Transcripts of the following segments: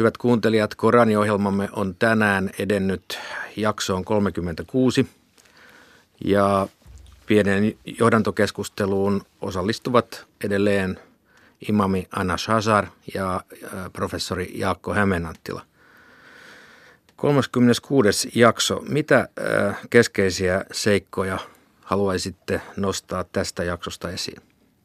Hyvät kuuntelijat, Korani-ohjelmamme on tänään edennyt jaksoon 36 ja pienen johdantokeskusteluun osallistuvat edelleen imami Anas Hazar ja professori Jaakko Hämeenanttila. 36. jakso. Mitä keskeisiä seikkoja haluaisitte nostaa tästä jaksosta esiin?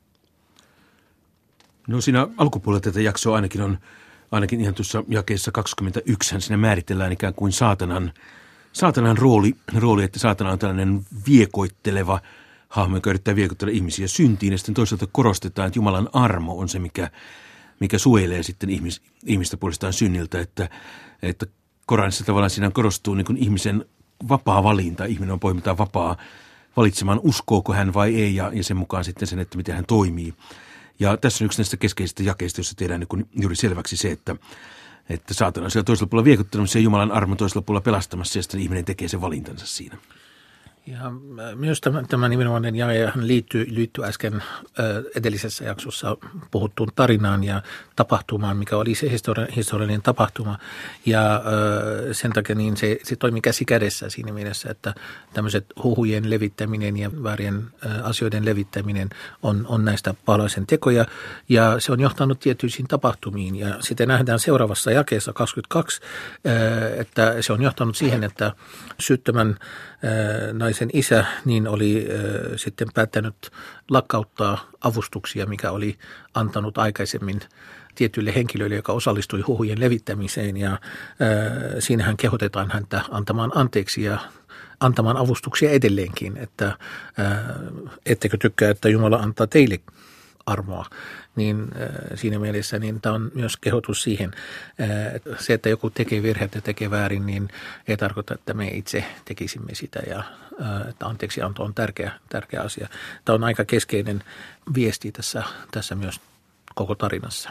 No siinä alkupuolella tätä jaksoa ainakin ihan tuossa jakeessa 21 siinä määritellään ikään kuin saatanan rooli, että saatana on tällainen viekoitteleva hahmo, joka yrittää viekoittella ihmisiä syntiin, ja sitten toisaalta korostetaan, että Jumalan armo on se, mikä suojelee sitten ihmistä puolestaan synniltä, että Koranissa tavallaan siinä korostuu niin kuin ihmisen vapaa valinta, ihminen on pohjimmiltaan vapaa valitsemaan, uskooko hän vai ei, ja sen mukaan sitten sen, että miten hän toimii. Ja tässä on yksi näistä keskeisistä jakeista, jossa tehdään niin juuri selväksi se, että saatana on siellä toisella puolella viekuttelemassa ja Jumalan armo toisella puolella pelastamassa, ja sitten ihminen tekee sen valintansa siinä. Ja myös tämä nimenomainen jae liittyy äsken edellisessä jaksossa puhuttuun tarinaan ja tapahtumaan, mikä oli se historiallinen tapahtuma. Ja sen takia niin se toimi käsi kädessä siinä mielessä, että tämmöiset huhujen levittäminen ja väärien asioiden levittäminen on näistä paholaisen tekoja. Ja se on johtanut tietyisiin tapahtumiin. Ja sitten nähdään seuraavassa jakeessa 22, että se on johtanut siihen, että syyttömän naisen isä niin oli sitten päättänyt lakkauttaa avustuksia, mikä oli antanut aikaisemmin tietyille henkilöille, joka osallistui huhujen levittämiseen. Ja siinähän kehotetaan häntä antamaan anteeksi ja antamaan avustuksia edelleenkin, että ettekö tykkää, että Jumala antaa teille armoa. Niin siinä mielessä niin tämä on myös kehotus siihen, että se, että joku tekee virheitä ja tekee väärin, niin ei tarkoita, että me itse tekisimme sitä ja että anteeksianto on tärkeä asia. Tämä on aika keskeinen viesti tässä myös koko tarinassa.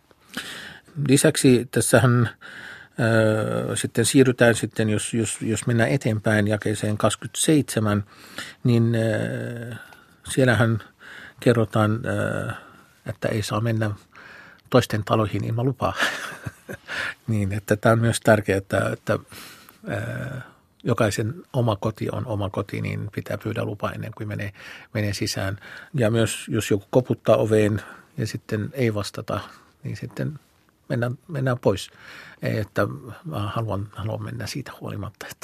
Lisäksi tässähän sitten siirrytään sitten, jos mennään eteenpäin jakeeseen 27, niin siellähän kerrotaan, että ei saa mennä toisten taloihin ilman lupaa. Niin, että tämä on myös tärkeää, että jokaisen oma koti on oma koti, niin pitää pyydä lupa ennen kuin menee sisään. Ja myös jos joku koputtaa oveen ja sitten ei vastata, niin sitten mennään pois. Että haluan mennä siitä huolimatta, että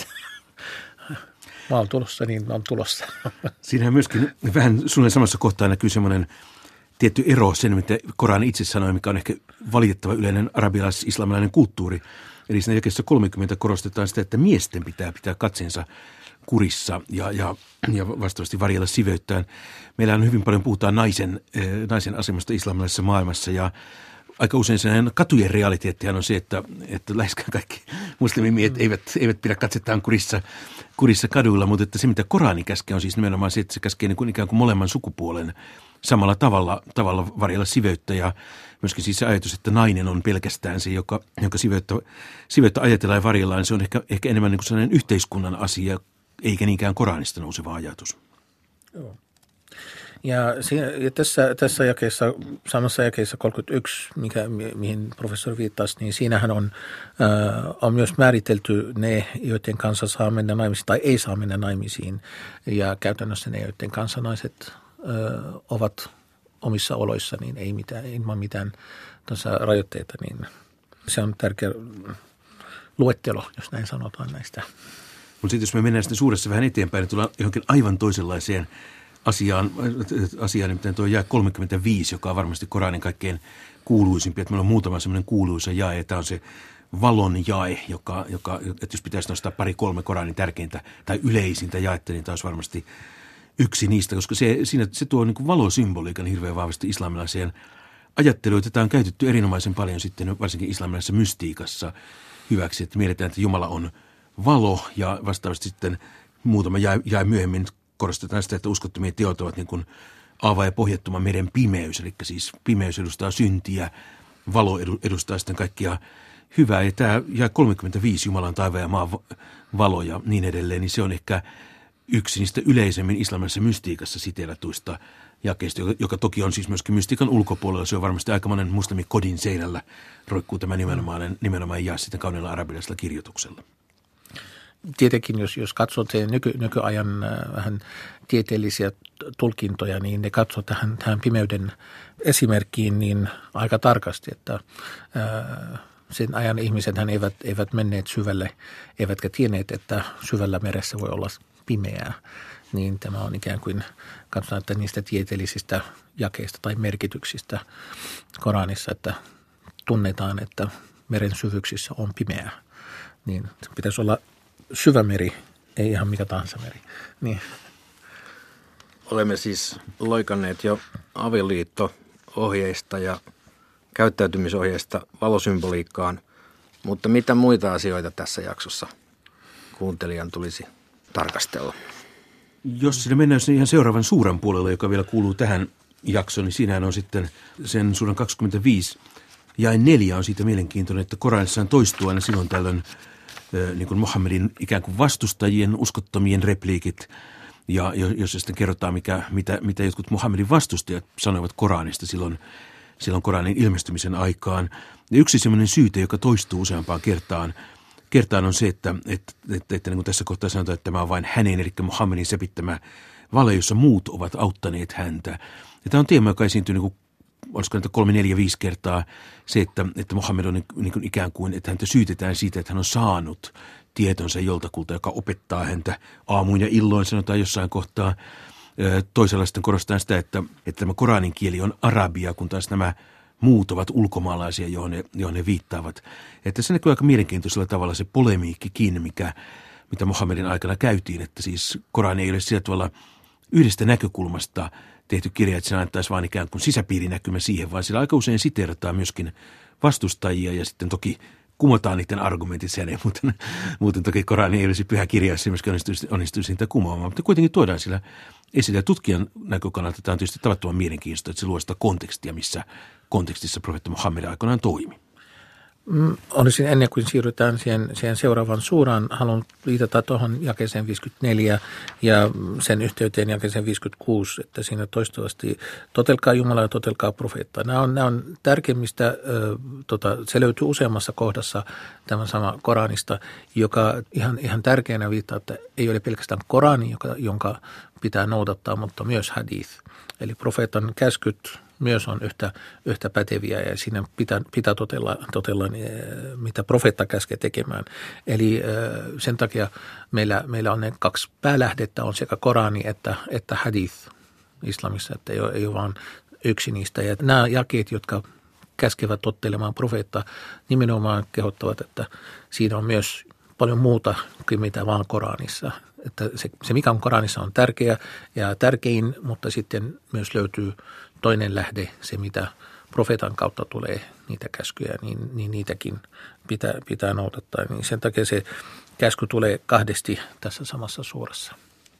mä oon tulossa, niin mä oon tulossa. Siinähän myöskin vähän suunnilleen samassa kohtaa näkyy semmoinen tietty ero sen, mitä Korani itse sanoi, mikä on ehkä valitettava yleinen arabilais-islamilainen kulttuuri. Eli siinä jakeessa 30 korostetaan sitä, että miesten pitää katseensa kurissa ja vastaavasti varjella siveyttään. Meillä on hyvin paljon puhutaan naisen asemasta islamilaisessa maailmassa ja aika usein sellainen katujen realiteettihan on se, että läheskään kaikki muslimimiehet eivät pidä katsettaan kurissa kaduilla, mutta että se mitä Korani käskee on siis nimenomaan se, että se käskee niin kuin ikään kuin molemman sukupuolen samalla tavalla varjella siveyttä ja myöskin siis se ajatus, että nainen on pelkästään se, joka siveyttä ajatellaan ja varjellaan, se on ehkä enemmän niin kuin sellainen yhteiskunnan asia, eikä niinkään Koranista nouseva ajatus. Joo. Ja tässä jakeessa, samassa jakeessa 31, mihin professori viittasi, niin siinähän on myös määritelty ne, joiden kanssa saa mennä naimisiin tai ei saa mennä naimisiin. Ja käytännössä ne, joiden kanssa naiset ovat omissa oloissa, niin ei ilman mitään rajoitteita. Niin se on tärkeä luettelo, jos näin sanotaan näistä. Mutta sitten jos me mennään sitten suuressa vähän eteenpäin, niin tullaan johonkin aivan toisenlaiseen asiaan, nimittäin tuo jae 35, joka on varmasti Koranin kaikkein kuuluisimpi. Että meillä on muutama semmoinen kuuluisa jae, tämä on se valon jae, joka että jos pitäisi nostaa 2-3 Koranin tärkeintä tai yleisintä jaetta, niin tämä olisi varmasti yksi niistä, koska se tuo niin kuin valosymboliikan hirveän vahvasti islamilaiseen ajatteluun. Tätä on käytetty erinomaisen paljon sitten varsinkin islamilaisessa mystiikassa hyväksi, että mietitään, että Jumala on valo ja vastaavasti sitten muutama jae myöhemmin korostetaan sitä, että uskottomien teot ovat niin kuin aava- ja pohjattoman meren pimeys, eli siis pimeys edustaa syntiä, valo edustaa sitten kaikkia hyvää. Ja tämä jae 35, Jumalan taivaan ja maan valo ja niin edelleen, niin se on ehkä yksi niistä yleisemmin islamilaisessa mystiikassa siteeratuista jakeesta, joka toki on siis myöskin mystiikan ulkopuolella. Se on varmasti aikamoinen muslimikodin seinällä roikkuu tämä nimenomaan ja sitten kauniilla arabilaisella kirjoituksella. Tietenkin, jos katsot nykyajan vähän tieteellisiä tulkintoja, niin ne katsoo tähän pimeyden esimerkkiin niin aika tarkasti, että sen ajan ihmisethän eivät menneet syvälle, eivätkä tienneet, että syvällä meressä voi olla pimeää. Niin tämä on ikään kuin, katsotaan, että niistä tieteellisistä jakeista tai merkityksistä Koranissa, että tunnetaan, että meren syvyyksissä on pimeää. Niin se pitäisi olla syvä meri, ei ihan mikä tahansa meri. Niin. Olemme siis loikanneet jo avioliitto-ohjeista ja käyttäytymisohjeista valosymboliikkaan, mutta mitä muita asioita tässä jaksossa kuuntelijan tulisi tarkastella? Jos sinne mennään ihan seuraavan suuran puolelle, joka vielä kuuluu tähän jaksoon, niin siinähän on sitten sen suuran 25 jae 4 on siitä mielenkiintoinen, että Koranissaan toistuu aina silloin tällöin niin kuin Muhammedin ikään kuin vastustajien uskottomien repliikit, ja jos sitten kerrotaan, mitä jotkut Muhammedin vastustajat sanoivat Koranista silloin Koranin ilmestymisen aikaan. Ja yksi sellainen syyte, joka toistuu useampaan kertaan on se, että niin kuin tässä kohtaa sanotaan, että tämä on vain hänen, eli Muhammedin sepittämä vale, jossa muut ovat auttaneet häntä. Ja tämä on teema, joka esiintyy niin kuin, olisiko näitä 3, 4, 5 kertaa se, että Muhammed on niin kuin ikään kuin, että häntä syytetään siitä, että hän on saanut tietonsa joltakulta, joka opettaa häntä aamuin ja illoin, sanotaan jossain kohtaa. Toisella sitten korostetaan sitä, että tämä Koranin kieli on arabia, kun taas nämä muut ovat ulkomaalaisia, johon ne viittaavat. Että se näkyy aika mielenkiintoisella tavalla se polemiikki kiinni, mitä Muhammedin aikana käytiin, että siis Korani ei ole sillä tavalla yhdestä näkökulmasta tehty kirja, että se antaisi vaan ikään kuin sisäpiirinäkymä siihen, vaan sillä aika usein siteerataan myöskin vastustajia ja sitten toki kumotaan niiden argumentit sen, muuten toki Korani ei olisi pyhä kirja, jos se myöskin onnistuisi niitä kumoamaan, mutta kuitenkin tuodaan sillä esille. Ja tutkijan näkökannalta tämä on tietysti tavattoman mielenkiintoista, että se luo sitä kontekstia, missä kontekstissa profeetta Muhammed aikanaan toimi. Olisin ennen kuin siirrytään siihen seuraavaan suuraan, haluan viitata tuohon jakeeseen 54 ja sen yhteyteen jakeeseen 56, että siinä toistuvasti totelkaa Jumalaa ja totelkaa profeettaa. Nämä on tärkeimmistä, se löytyy useammassa kohdassa tämä sama Koranista, joka ihan tärkeänä viittaa, että ei ole pelkästään Korani, jonka pitää noudattaa, mutta myös hadith. Eli profeetan käskyt myös on yhtä päteviä ja siinä pitää totella mitä profeetta käskee tekemään. Eli sen takia meillä on ne 2 päälähdettä, on sekä Korani että hadith islamissa, että ei ole vain yksi niistä. Ja nämä jakeet, jotka käskevät tottelemaan profeetta, nimenomaan kehottavat, että siinä on myös paljon muuta kuin mitä vaan Koranissa. Että se mikä on Koranissa on tärkeä ja tärkein, mutta sitten myös löytyy toinen lähde, se mitä profeetan kautta tulee niitä käskyjä, niin niitäkin pitää noudattaa. Niin sen takia se käsky tulee 2 tässä samassa suurassa.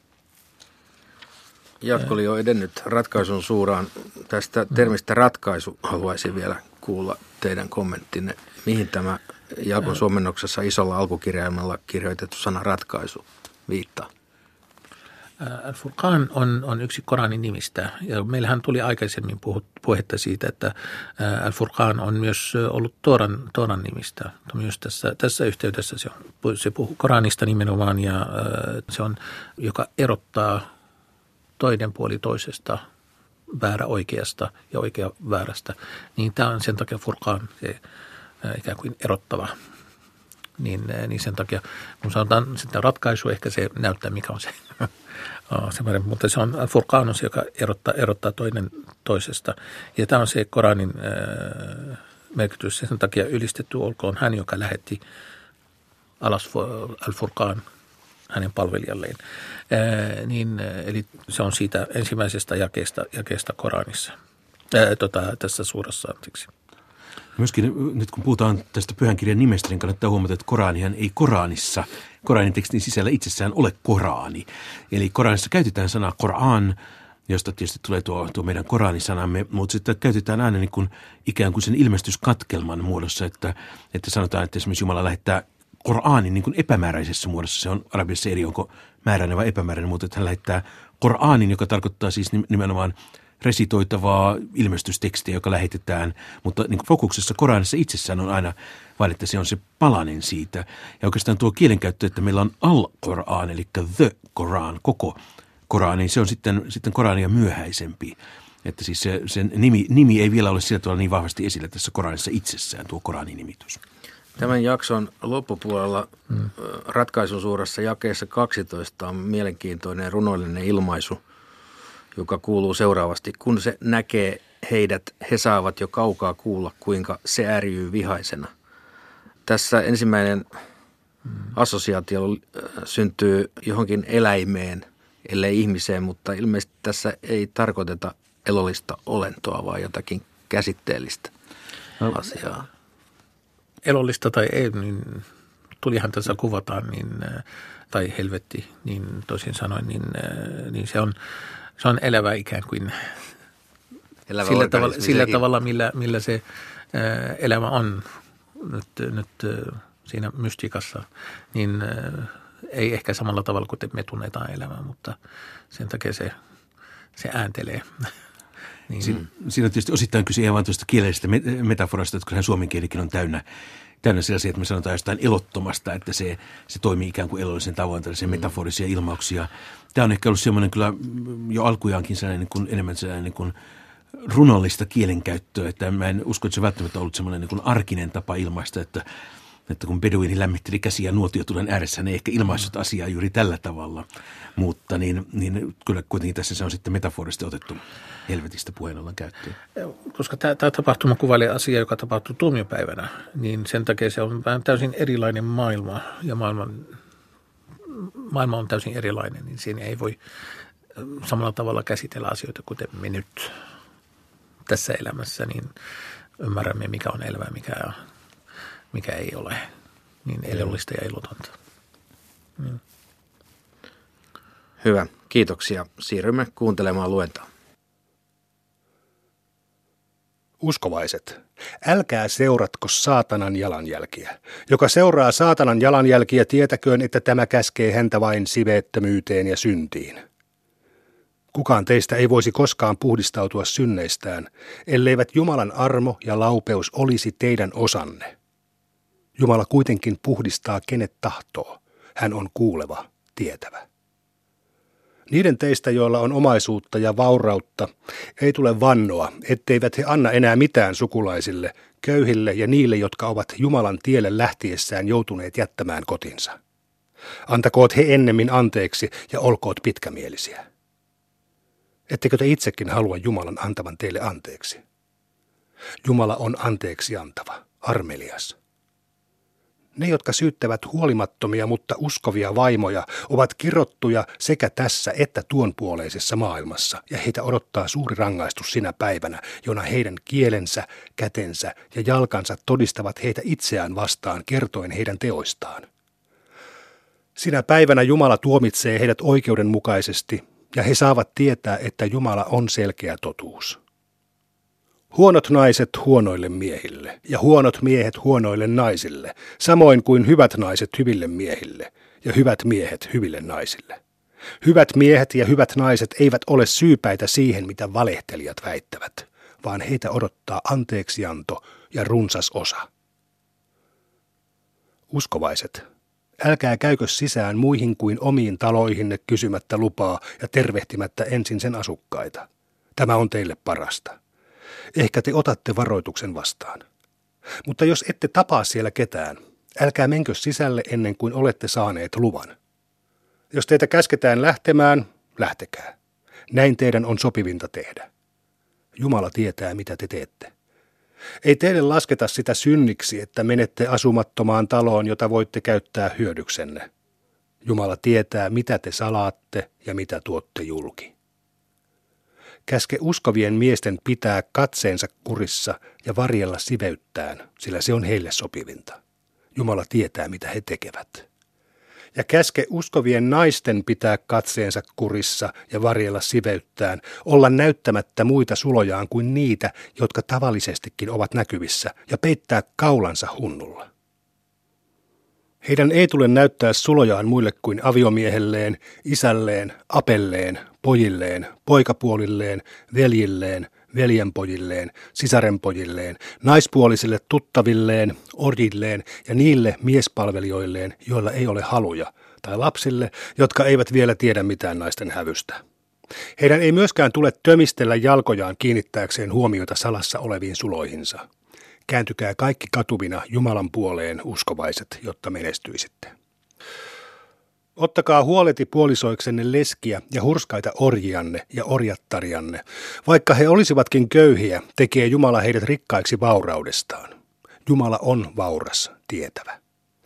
Jatko oli jo edennyt ratkaisun suuraan. Tästä termistä ratkaisu haluaisin vielä kuulla teidän kommenttinne. Mihin tämä Jaakon suomennoksessa isolla alkukirjaimella kirjoitettu sana ratkaisu viittaa? Al-Furqan on yksi Koranin nimistä ja meillähän tuli aikaisemmin puhetta siitä, että Al-Furqan on myös ollut Tooran nimistä. Myös tässä yhteydessä se puhuu Koranista nimenomaan ja se on, joka erottaa toinen puoli toisesta, väärä oikeasta ja oikea väärästä. Niin tämä on sen takia Furqan se ikään kuin erottava. Niin sen takia, kun sanotaan sitten ratkaisu, ehkä se näyttää mikä on se. Mutta se on Al-Furqan, joka erottaa toinen toisesta. Ja tämä on se Koranin merkitys. Sen takia ylistetty olkoon hän, joka lähetti alas Al-Furqan hänen palvelijalleen. Eli se on siitä ensimmäisestä jakeesta Koranissa, tässä suurassa anteeksi. Myöskin nyt kun puhutaan tästä pyhän kirjan nimestä, niin kannattaa huomata, että Koranihan ei Koranissa, Koranin tekstin sisällä itsessään ole Korani. Eli Koranissa käytetään sanaa Koran, josta tietysti tulee tuo meidän Koranisanamme, mutta sitten käytetään aina niin kuin ikään kuin sen ilmestyskatkelman muodossa, että sanotaan, että esimerkiksi Jumala lähettää Koranin niin kuin epämääräisessä muodossa. Se on arabiassa eri, onko määräinen vai epämääräinen, mutta että hän lähettää Koranin, joka tarkoittaa siis nimenomaan resitoitavaa ilmestystekstiä, joka lähetetään, mutta niin kuin fokuksessa Koranissa itsessään on aina vain, että se on se palanen siitä. Ja oikeastaan tuo kielenkäyttö, että meillä on al-Quran, eli the Quran, koko Koran, niin se on sitten Korania myöhäisempi. Että siis sen nimi ei vielä ole sillä tavalla niin vahvasti esillä tässä Koranissa itsessään, tuo Koranin nimitys. Tämän jakson loppupuolella ratkaisun suurassa jakeessa 12 on mielenkiintoinen runollinen ilmaisu, joka kuuluu seuraavasti. Kun se näkee heidät, he saavat jo kaukaa kuulla, kuinka se ärjyy vihaisena. Tässä ensimmäinen assosiaatio syntyy johonkin eläimeen, ellei ihmiseen, mutta ilmeisesti tässä ei tarkoiteta elollista olentoa, vaan jotakin käsitteellistä asiaa. Elollista tai ei, niin tulihan tässä kuvataan, niin, tai helvetti, niin toisin sanoen, niin se on elävä ikään kuin Elävä sillä tavalla, millä se elämä on nyt siinä mystiikassa, niin ei ehkä samalla tavalla kuin me tunnetaan elämää, mutta sen takia se ääntelee. Niin. Siinä on tietysti osittain kyse ihan vain tuosta kielellisestä metaforasta, että suomen kielikin on täynnä sellaisia, että me sanotaan jostain elottomasta, että se toimii ikään kuin elollisen tavoin, tällaisia metaforisia ilmauksia. Tämä on ehkä ollut semmoinen kyllä jo alkujaankin sellainen enemmän sellainen niin kuin runollista kielenkäyttöä, että mä en usko, että se välttämättä ollut semmoinen niin kuin arkinen tapa ilmaista, että kun beduini lämmitteli käsiä nuotiotulen ääressä, ne ei ehkä ilmaissut asiaa juuri tällä tavalla, mutta niin kyllä kuitenkin tässä se on sitten metaforisesti otettu helvetistä puheen ollen käyttöön. Koska tämä tapahtuma kuvailee asiaa, joka tapahtuu tuomiopäivänä, niin sen takia se on vähän täysin erilainen maailma ja maailma on täysin erilainen, niin siinä ei voi samalla tavalla käsitellä asioita, kuten me nyt tässä elämässä, niin ymmärrämme, mikä on elämä, mikä ei ole niin elollista ja ilotonta. Hyvä, kiitoksia. Siirrymme kuuntelemaan luentaa. Uskovaiset, älkää seuratko saatanan jalanjälkiä. Joka seuraa saatanan jalanjälkiä, tietäköön, että tämä käskee häntä vain siveettömyyteen ja syntiin. Kukaan teistä ei voisi koskaan puhdistautua synneistään, elleivät Jumalan armo ja laupeus olisi teidän osanne. Jumala kuitenkin puhdistaa kenet tahtoo. Hän on kuuleva, tietävä. Niiden teistä, joilla on omaisuutta ja vaurautta, ei tule vannoa, etteivät he anna enää mitään sukulaisille, köyhille ja niille, jotka ovat Jumalan tielle lähtiessään joutuneet jättämään kotinsa. Antakoot he ennemmin anteeksi ja olkoot pitkämielisiä. Ettekö te itsekin halua Jumalan antavan teille anteeksi? Jumala on anteeksi antava, armelias. Ne, jotka syyttävät huolimattomia, mutta uskovia vaimoja, ovat kirottuja sekä tässä että tuonpuoleisessa maailmassa, ja heitä odottaa suuri rangaistus sinä päivänä, jona heidän kielensä, kätensä ja jalkansa todistavat heitä itseään vastaan kertoen heidän teoistaan. Sinä päivänä Jumala tuomitsee heidät oikeudenmukaisesti, ja he saavat tietää, että Jumala on selkeä totuus. Huonot naiset huonoille miehille ja huonot miehet huonoille naisille, samoin kuin hyvät naiset hyville miehille ja hyvät miehet hyville naisille. Hyvät miehet ja hyvät naiset eivät ole syypäitä siihen, mitä valehtelijat väittävät, vaan heitä odottaa anteeksianto ja runsas osa. Uskovaiset, älkää käykö sisään muihin kuin omiin taloihinne kysymättä lupaa ja tervehtimättä ensin sen asukkaita. Tämä on teille parasta. Ehkä te otatte varoituksen vastaan. Mutta jos ette tapaa siellä ketään, älkää menkö sisälle ennen kuin olette saaneet luvan. Jos teitä käsketään lähtemään, lähtekää. Näin teidän on sopivinta tehdä. Jumala tietää, mitä te teette. Ei teille lasketa sitä synniksi, että menette asumattomaan taloon, jota voitte käyttää hyödyksenne. Jumala tietää, mitä te salaatte ja mitä tuotte julki. Käske uskovien miesten pitää katseensa kurissa ja varjella siveyttään, sillä se on heille sopivinta. Jumala tietää, mitä he tekevät. Ja käske uskovien naisten pitää katseensa kurissa ja varjella siveyttään, olla näyttämättä muita sulojaan kuin niitä, jotka tavallisestikin ovat näkyvissä, ja peittää kaulansa hunnulla. Heidän ei tule näyttää sulojaan muille kuin aviomiehelleen, isälleen, apelleen, pojilleen, poikapuolilleen, veljilleen, veljenpojilleen, sisarenpojilleen, naispuolisille tuttavilleen, orjilleen ja niille miespalvelijoilleen, joilla ei ole haluja, tai lapsille, jotka eivät vielä tiedä mitään naisten hävystä. Heidän ei myöskään tule tömistellä jalkojaan kiinnittääkseen huomiota salassa oleviin suloihinsa. Kääntykää kaikki katuvina Jumalan puoleen, uskovaiset, jotta menestyisitte. Ottakaa huoleti puolisoiksenne leskiä ja hurskaita orjianne ja orjattarianne. Vaikka he olisivatkin köyhiä, tekee Jumala heidät rikkaiksi vauraudestaan. Jumala on vauras, tietävä.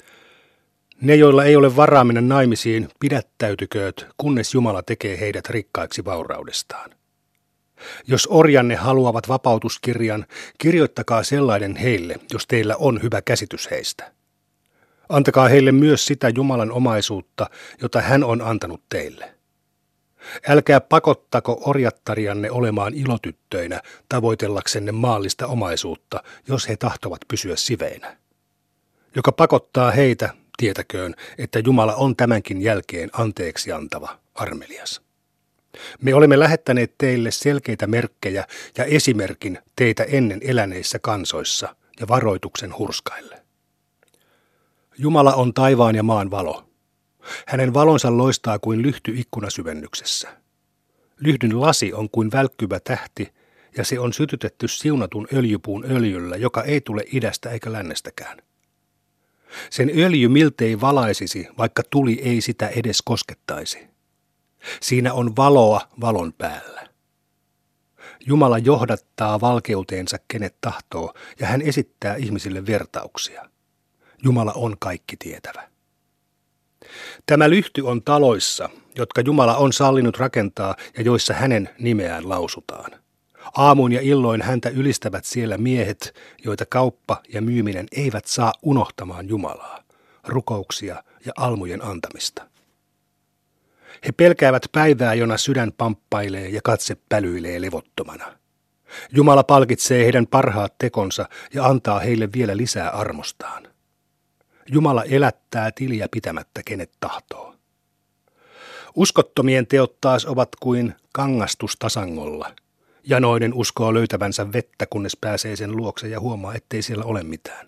Ne, joilla ei ole varaa mennä naimisiin, pidättäytykööt, kunnes Jumala tekee heidät rikkaiksi vauraudestaan. Jos orjanne haluavat vapautuskirjan, kirjoittakaa sellainen heille, jos teillä on hyvä käsitys heistä. Antakaa heille myös sitä Jumalan omaisuutta, jota hän on antanut teille. Älkää pakottako orjattarianne olemaan ilotyttöinä tavoitellaksenne maallista omaisuutta, jos he tahtovat pysyä siveinä. Joka pakottaa heitä, tietäköön, että Jumala on tämänkin jälkeen anteeksi antava, armelias. Me olemme lähettäneet teille selkeitä merkkejä ja esimerkin teitä ennen eläneissä kansoissa ja varoituksen hurskaille. Jumala on taivaan ja maan valo. Hänen valonsa loistaa kuin lyhty ikkunasyvennyksessä. Lyhdyn lasi on kuin välkkyvä tähti, ja se on sytytetty siunatun öljypuun öljyllä, joka ei tule idästä eikä lännestäkään. Sen öljy miltei valaisisi, vaikka tuli ei sitä edes koskettaisi. Siinä on valoa valon päällä. Jumala johdattaa valkeuteensa kenet tahtoo, ja hän esittää ihmisille vertauksia. Jumala on kaikki tietävä. Tämä lyhty on taloissa, jotka Jumala on sallinut rakentaa ja joissa hänen nimeään lausutaan. Aamuin ja illoin häntä ylistävät siellä miehet, joita kauppa ja myyminen eivät saa unohtamaan Jumalaa, rukouksia ja almujen antamista. He pelkäävät päivää, jona sydän pamppailee ja katse pälyilee levottomana. Jumala palkitsee heidän parhaat tekonsa ja antaa heille vielä lisää armostaan. Jumala elättää tiliä pitämättä kenet tahtoo. Uskottomien teot taas ovat kuin kangastus tasangolla. Janoinen uskoo löytävänsä vettä, kunnes pääsee sen luokse ja huomaa, ettei siellä ole mitään.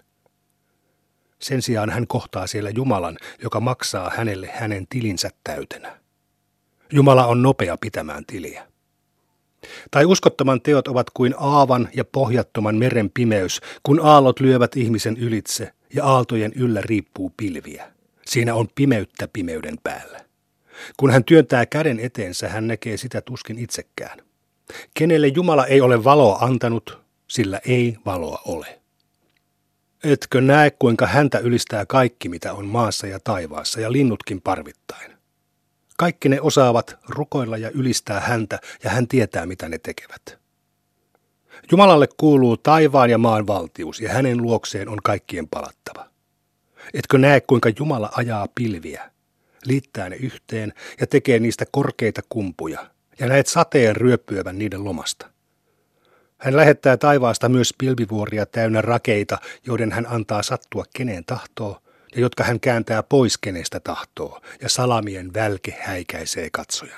Sen sijaan hän kohtaa siellä Jumalan, joka maksaa hänelle hänen tilinsä täytenä. Jumala on nopea pitämään tiliä. Tai uskottoman teot ovat kuin aavan ja pohjattoman meren pimeys, kun aallot lyövät ihmisen ylitse ja aaltojen yllä riippuu pilviä. Siinä on pimeyttä pimeyden päällä. Kun hän työntää käden eteensä, hän näkee sitä tuskin itsekään. Kenelle Jumala ei ole valoa antanut, sillä ei valoa ole. Etkö näe, kuinka häntä ylistää kaikki, mitä on maassa ja taivaassa, ja linnutkin parvittain? Kaikki ne osaavat rukoilla ja ylistää häntä, ja hän tietää, mitä ne tekevät. Jumalalle kuuluu taivaan ja maan valtius, ja hänen luokseen on kaikkien palattava. Etkö näe, kuinka Jumala ajaa pilviä, liittää ne yhteen ja tekee niistä korkeita kumpuja, ja näet sateen ryöppyävän niiden lomasta. Hän lähettää taivaasta myös pilvivuoria täynnä rakeita, joiden hän antaa sattua keneen tahtoo, ja jotka hän kääntää pois kenestä tahtoo, ja salamien välke häikäisee katsojan.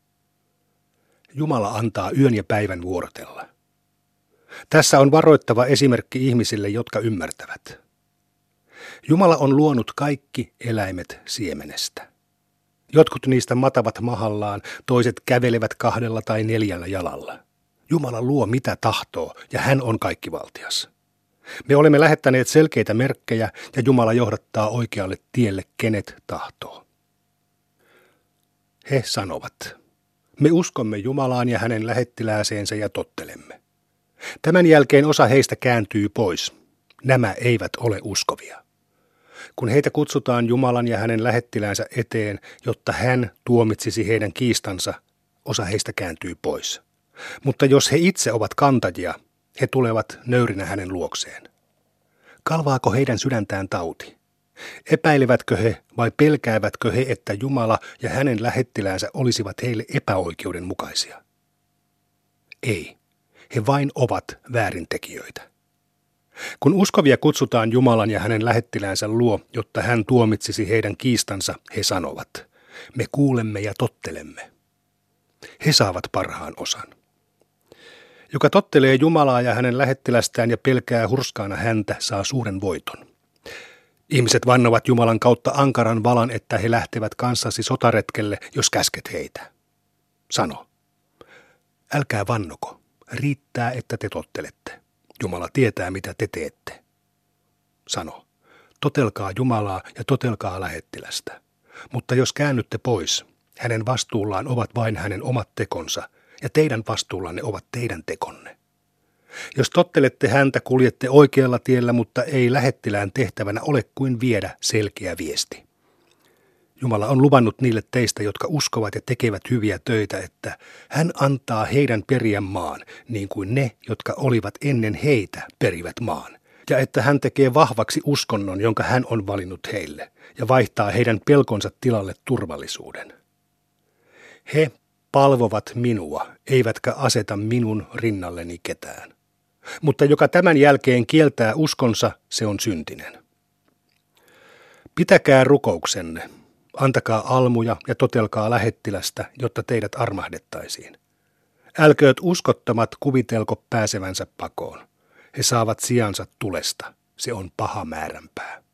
Jumala antaa yön ja päivän vuorotella. Tässä on varoittava esimerkki ihmisille, jotka ymmärtävät. Jumala on luonut kaikki eläimet siemenestä. Jotkut niistä matavat mahallaan, toiset kävelevät 2 tai 4 jalalla. Jumala luo mitä tahtoo, ja hän on kaikkivaltias. Me olemme lähettäneet selkeitä merkkejä, ja Jumala johdattaa oikealle tielle kenet tahtoo. He sanovat, me uskomme Jumalaan ja hänen lähettilääseensä ja tottelemme. Tämän jälkeen osa heistä kääntyy pois. Nämä eivät ole uskovia. Kun heitä kutsutaan Jumalan ja hänen lähettiläänsä eteen, jotta hän tuomitsisi heidän kiistansa, osa heistä kääntyy pois. Mutta jos he itse ovat kantajia, he tulevat nöyrinä hänen luokseen. Kalvaako heidän sydäntään tauti? Epäilevätkö he vai pelkäävätkö he, että Jumala ja hänen lähettiläänsä olisivat heille epäoikeudenmukaisia? Ei, he vain ovat väärintekijöitä. Kun uskovia kutsutaan Jumalan ja hänen lähettiläänsä luo, jotta hän tuomitsisi heidän kiistansa, he sanovat, me kuulemme ja tottelemme. He saavat parhaan osan. Joka tottelee Jumalaa ja hänen lähettilästään ja pelkää hurskaana häntä, saa suuren voiton. Ihmiset vannovat Jumalan kautta ankaran valan, että he lähtevät kanssasi sotaretkelle, jos käsket heitä. Sano, älkää vannoko, riittää, että te tottelette. Jumala tietää, mitä te teette. Sano, totelkaa Jumalaa ja totelkaa lähettilästä. Mutta jos käännytte pois, hänen vastuullaan ovat vain hänen omat tekonsa, ja teidän vastuullanne ovat teidän tekonne. Jos tottelette häntä, kuljette oikealla tiellä, mutta ei lähettilään tehtävänä ole kuin viedä selkeä viesti. Jumala on luvannut niille teistä, jotka uskovat ja tekevät hyviä töitä, että hän antaa heidän periä maan, niin kuin ne, jotka olivat ennen heitä, perivät maan. Ja että hän tekee vahvaksi uskonnon, jonka hän on valinnut heille, ja vaihtaa heidän pelkonsa tilalle turvallisuuden. He palvovat minua, eivätkä aseta minun rinnalleni ketään. Mutta joka tämän jälkeen kieltää uskonsa, se on syntinen. Pitäkää rukouksenne, antakaa almuja ja totelkaa lähettilästä, jotta teidät armahdettaisiin. Älkööt uskottomat kuvitelko pääsevänsä pakoon. He saavat sijansa tulesta. Se on paha määränpää.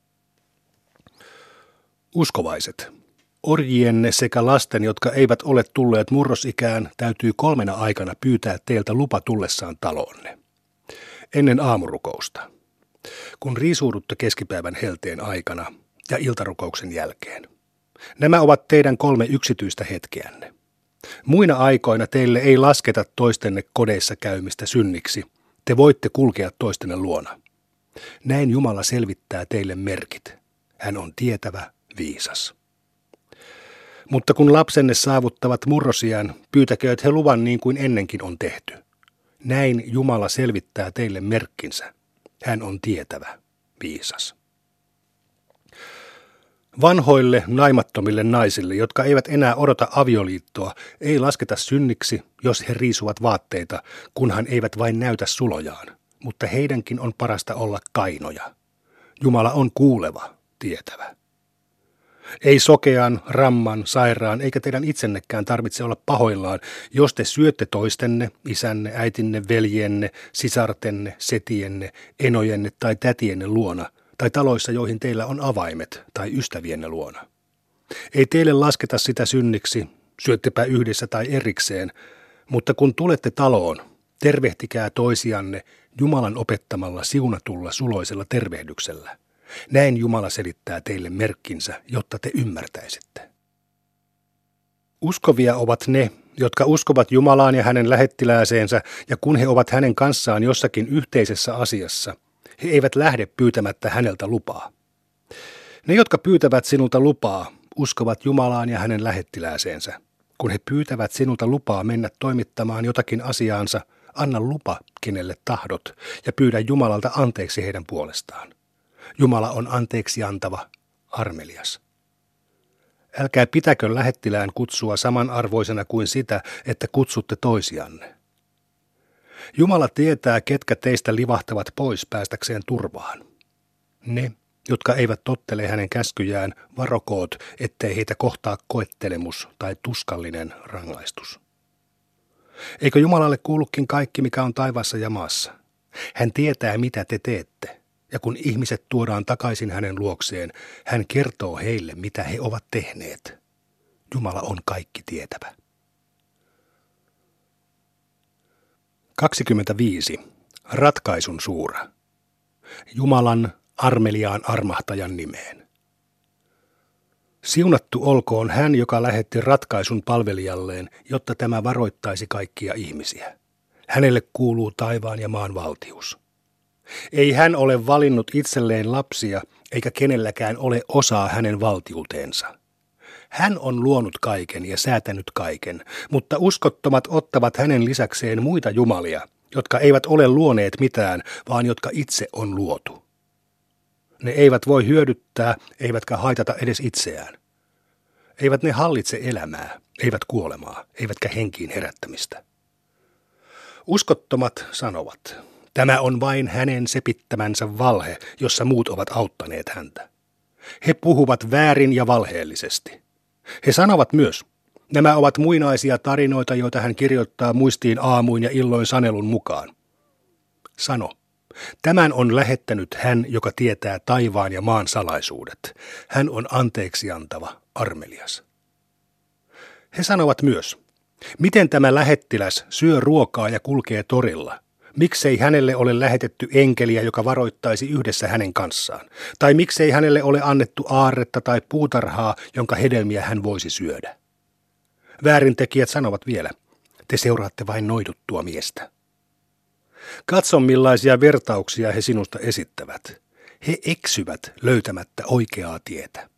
Uskovaiset, orjienne sekä lasten, jotka eivät ole tulleet murrosikään, täytyy 3 aikana pyytää teiltä lupa tullessaan taloonne. Ennen aamurukousta, kun riisuudutte keskipäivän helteen aikana ja iltarukouksen jälkeen. Nämä ovat teidän 3 yksityistä hetkeänne. Muina aikoina teille ei lasketa toistenne kodeissa käymistä synniksi. Te voitte kulkea toistenne luona. Näin Jumala selvittää teille merkit. Hän on tietävä, viisas. Mutta kun lapsenne saavuttavat murrosiän, pyytäkööt he luvan niin kuin ennenkin on tehty. Näin Jumala selvittää teille merkkinsä. Hän on tietävä, viisas. Vanhoille naimattomille naisille, jotka eivät enää odota avioliittoa, ei lasketa synniksi, jos he riisuvat vaatteita, kunhan eivät vain näytä sulojaan. Mutta heidänkin on parasta olla kainoja. Jumala on kuuleva, tietävä. Ei sokean, ramman, sairaan eikä teidän itsennekään tarvitse olla pahoillaan, jos te syötte toistenne, isänne, äitinne, veljenne, sisartenne, setienne, enojenne tai tätienne luona, tai taloissa, joihin teillä on avaimet, tai ystävienne luona. Ei teille lasketa sitä synniksi, syöttepä yhdessä tai erikseen, mutta kun tulette taloon, tervehtikää toisianne Jumalan opettamalla siunatulla suloisella tervehdyksellä. Näin Jumala selittää teille merkkinsä, jotta te ymmärtäisitte. Uskovia ovat ne, jotka uskovat Jumalaan ja hänen lähettilääseensä, ja kun he ovat hänen kanssaan jossakin yhteisessä asiassa, he eivät lähde pyytämättä häneltä lupaa. Ne, jotka pyytävät sinulta lupaa, uskovat Jumalaan ja hänen lähettilääseensä. Kun he pyytävät sinulta lupaa mennä toimittamaan jotakin asiaansa, anna lupa, kenelle tahdot, ja pyydä Jumalalta anteeksi heidän puolestaan. Jumala on anteeksi antava, armelias. Älkää pitäkö lähettilään kutsua samanarvoisena kuin sitä, että kutsutte toisianne. Jumala tietää, ketkä teistä livahtavat pois päästäkseen turvaan. Ne, jotka eivät tottele hänen käskyjään, varokoot, ettei heitä kohtaa koettelemus tai tuskallinen rangaistus. Eikö Jumalalle kuulukin kaikki, mikä on taivaassa ja maassa? Hän tietää, mitä te teette, ja kun ihmiset tuodaan takaisin hänen luokseen, hän kertoo heille, mitä he ovat tehneet. Jumala on kaikki tietävä. 25. Ratkaisun suura. Jumalan armeliaan armahtajan nimeen. Siunattu olkoon hän, joka lähetti ratkaisun palvelijalleen, jotta tämä varoittaisi kaikkia ihmisiä. Hänelle kuuluu taivaan ja maan valtius. Ei hän ole valinnut itselleen lapsia, eikä kenelläkään ole osaa hänen valtiuteensa. Hän on luonut kaiken ja säätänyt kaiken, mutta uskottomat ottavat hänen lisäkseen muita jumalia, jotka eivät ole luoneet mitään, vaan jotka itse on luotu. Ne eivät voi hyödyttää, eivätkä haitata edes itseään. Eivät ne hallitse elämää, eivät kuolemaa, eivätkä henkiin herättämistä. Uskottomat sanovat, tämä on vain hänen sepittämänsä valhe, jossa muut ovat auttaneet häntä. He puhuvat väärin ja valheellisesti. He sanovat myös, Nämä ovat muinaisia tarinoita, joita hän kirjoittaa muistiin aamuin ja illoin sanelun mukaan. Sano, tämän on lähettänyt hän, joka tietää taivaan ja maan salaisuudet. Hän on anteeksiantava, armelias. He sanovat myös, miten tämä lähettiläs syö ruokaa ja kulkee torilla? Miksei hänelle ole lähetetty enkeliä, joka varoittaisi yhdessä hänen kanssaan? Tai miksei hänelle ole annettu aarretta tai puutarhaa, jonka hedelmiä hän voisi syödä? Väärintekijät sanovat vielä, te seuraatte vain noiduttua miestä. Katso millaisia vertauksia he sinusta esittävät. He eksyvät löytämättä oikeaa tietä.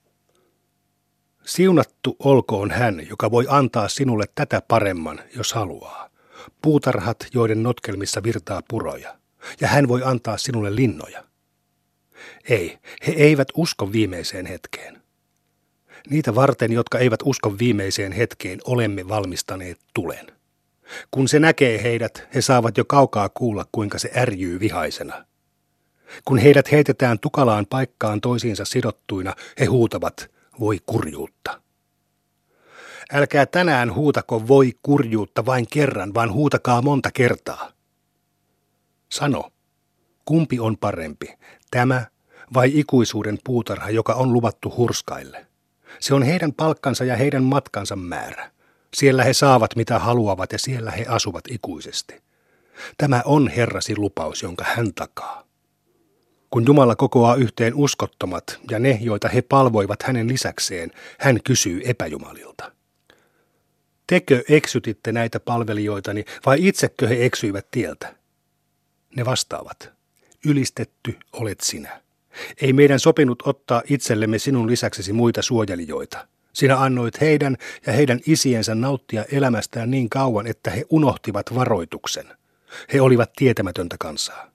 Siunattu olkoon hän, joka voi antaa sinulle tätä paremman, jos haluaa. Puutarhat, joiden notkelmissa virtaa puroja, ja hän voi antaa sinulle linnoja. Ei, he eivät usko viimeiseen hetkeen. Niitä varten, jotka eivät usko viimeiseen hetkeen, olemme valmistaneet tulen. Kun se näkee heidät, he saavat jo kaukaa kuulla, kuinka se ärjyy vihaisena. Kun heidät heitetään tukalaan paikkaan toisiinsa sidottuina, he huutavat, voi kurjuutta. Älkää tänään huutako voi kurjuutta vain kerran, vaan huutakaa monta kertaa. Sano, kumpi on parempi, tämä vai ikuisuuden puutarha, joka on luvattu hurskaille? Se on heidän palkkansa ja heidän matkansa määrä. Siellä he saavat mitä haluavat ja siellä he asuvat ikuisesti. Tämä on Herrasi lupaus, jonka hän takaa. Kun Jumala kokoaa yhteen uskottomat ja ne, joita he palvoivat hänen lisäkseen, hän kysyy epäjumalilta. Tekö eksytitte näitä palvelijoitani vai itsekö he eksyivät tieltä? Ne vastaavat, ylistetty olet sinä. Ei meidän sopinut ottaa itsellemme sinun lisäksesi muita suojelijoita. Sinä annoit heidän ja heidän isiensä nauttia elämästään niin kauan, että he unohtivat varoituksen. He olivat tietämätöntä kansaa.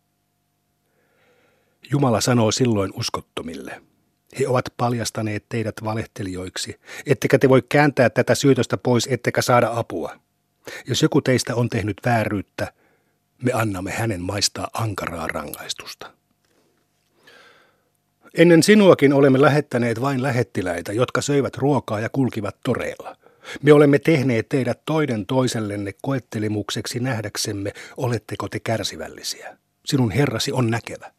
Jumala sanoo silloin uskottomille. He ovat paljastaneet teidät valehtelijoiksi, ettekä te voi kääntää tätä syytöstä pois, ettekä saada apua. Jos joku teistä on tehnyt vääryyttä, me annamme hänen maistaa ankaraa rangaistusta. Ennen sinuakin olemme lähettäneet vain lähettiläitä, jotka söivät ruokaa ja kulkivat toreilla. Me olemme tehneet teidät toinen toisellenne koettelemukseksi nähdäksemme, oletteko te kärsivällisiä. Sinun Herrasi on näkevä.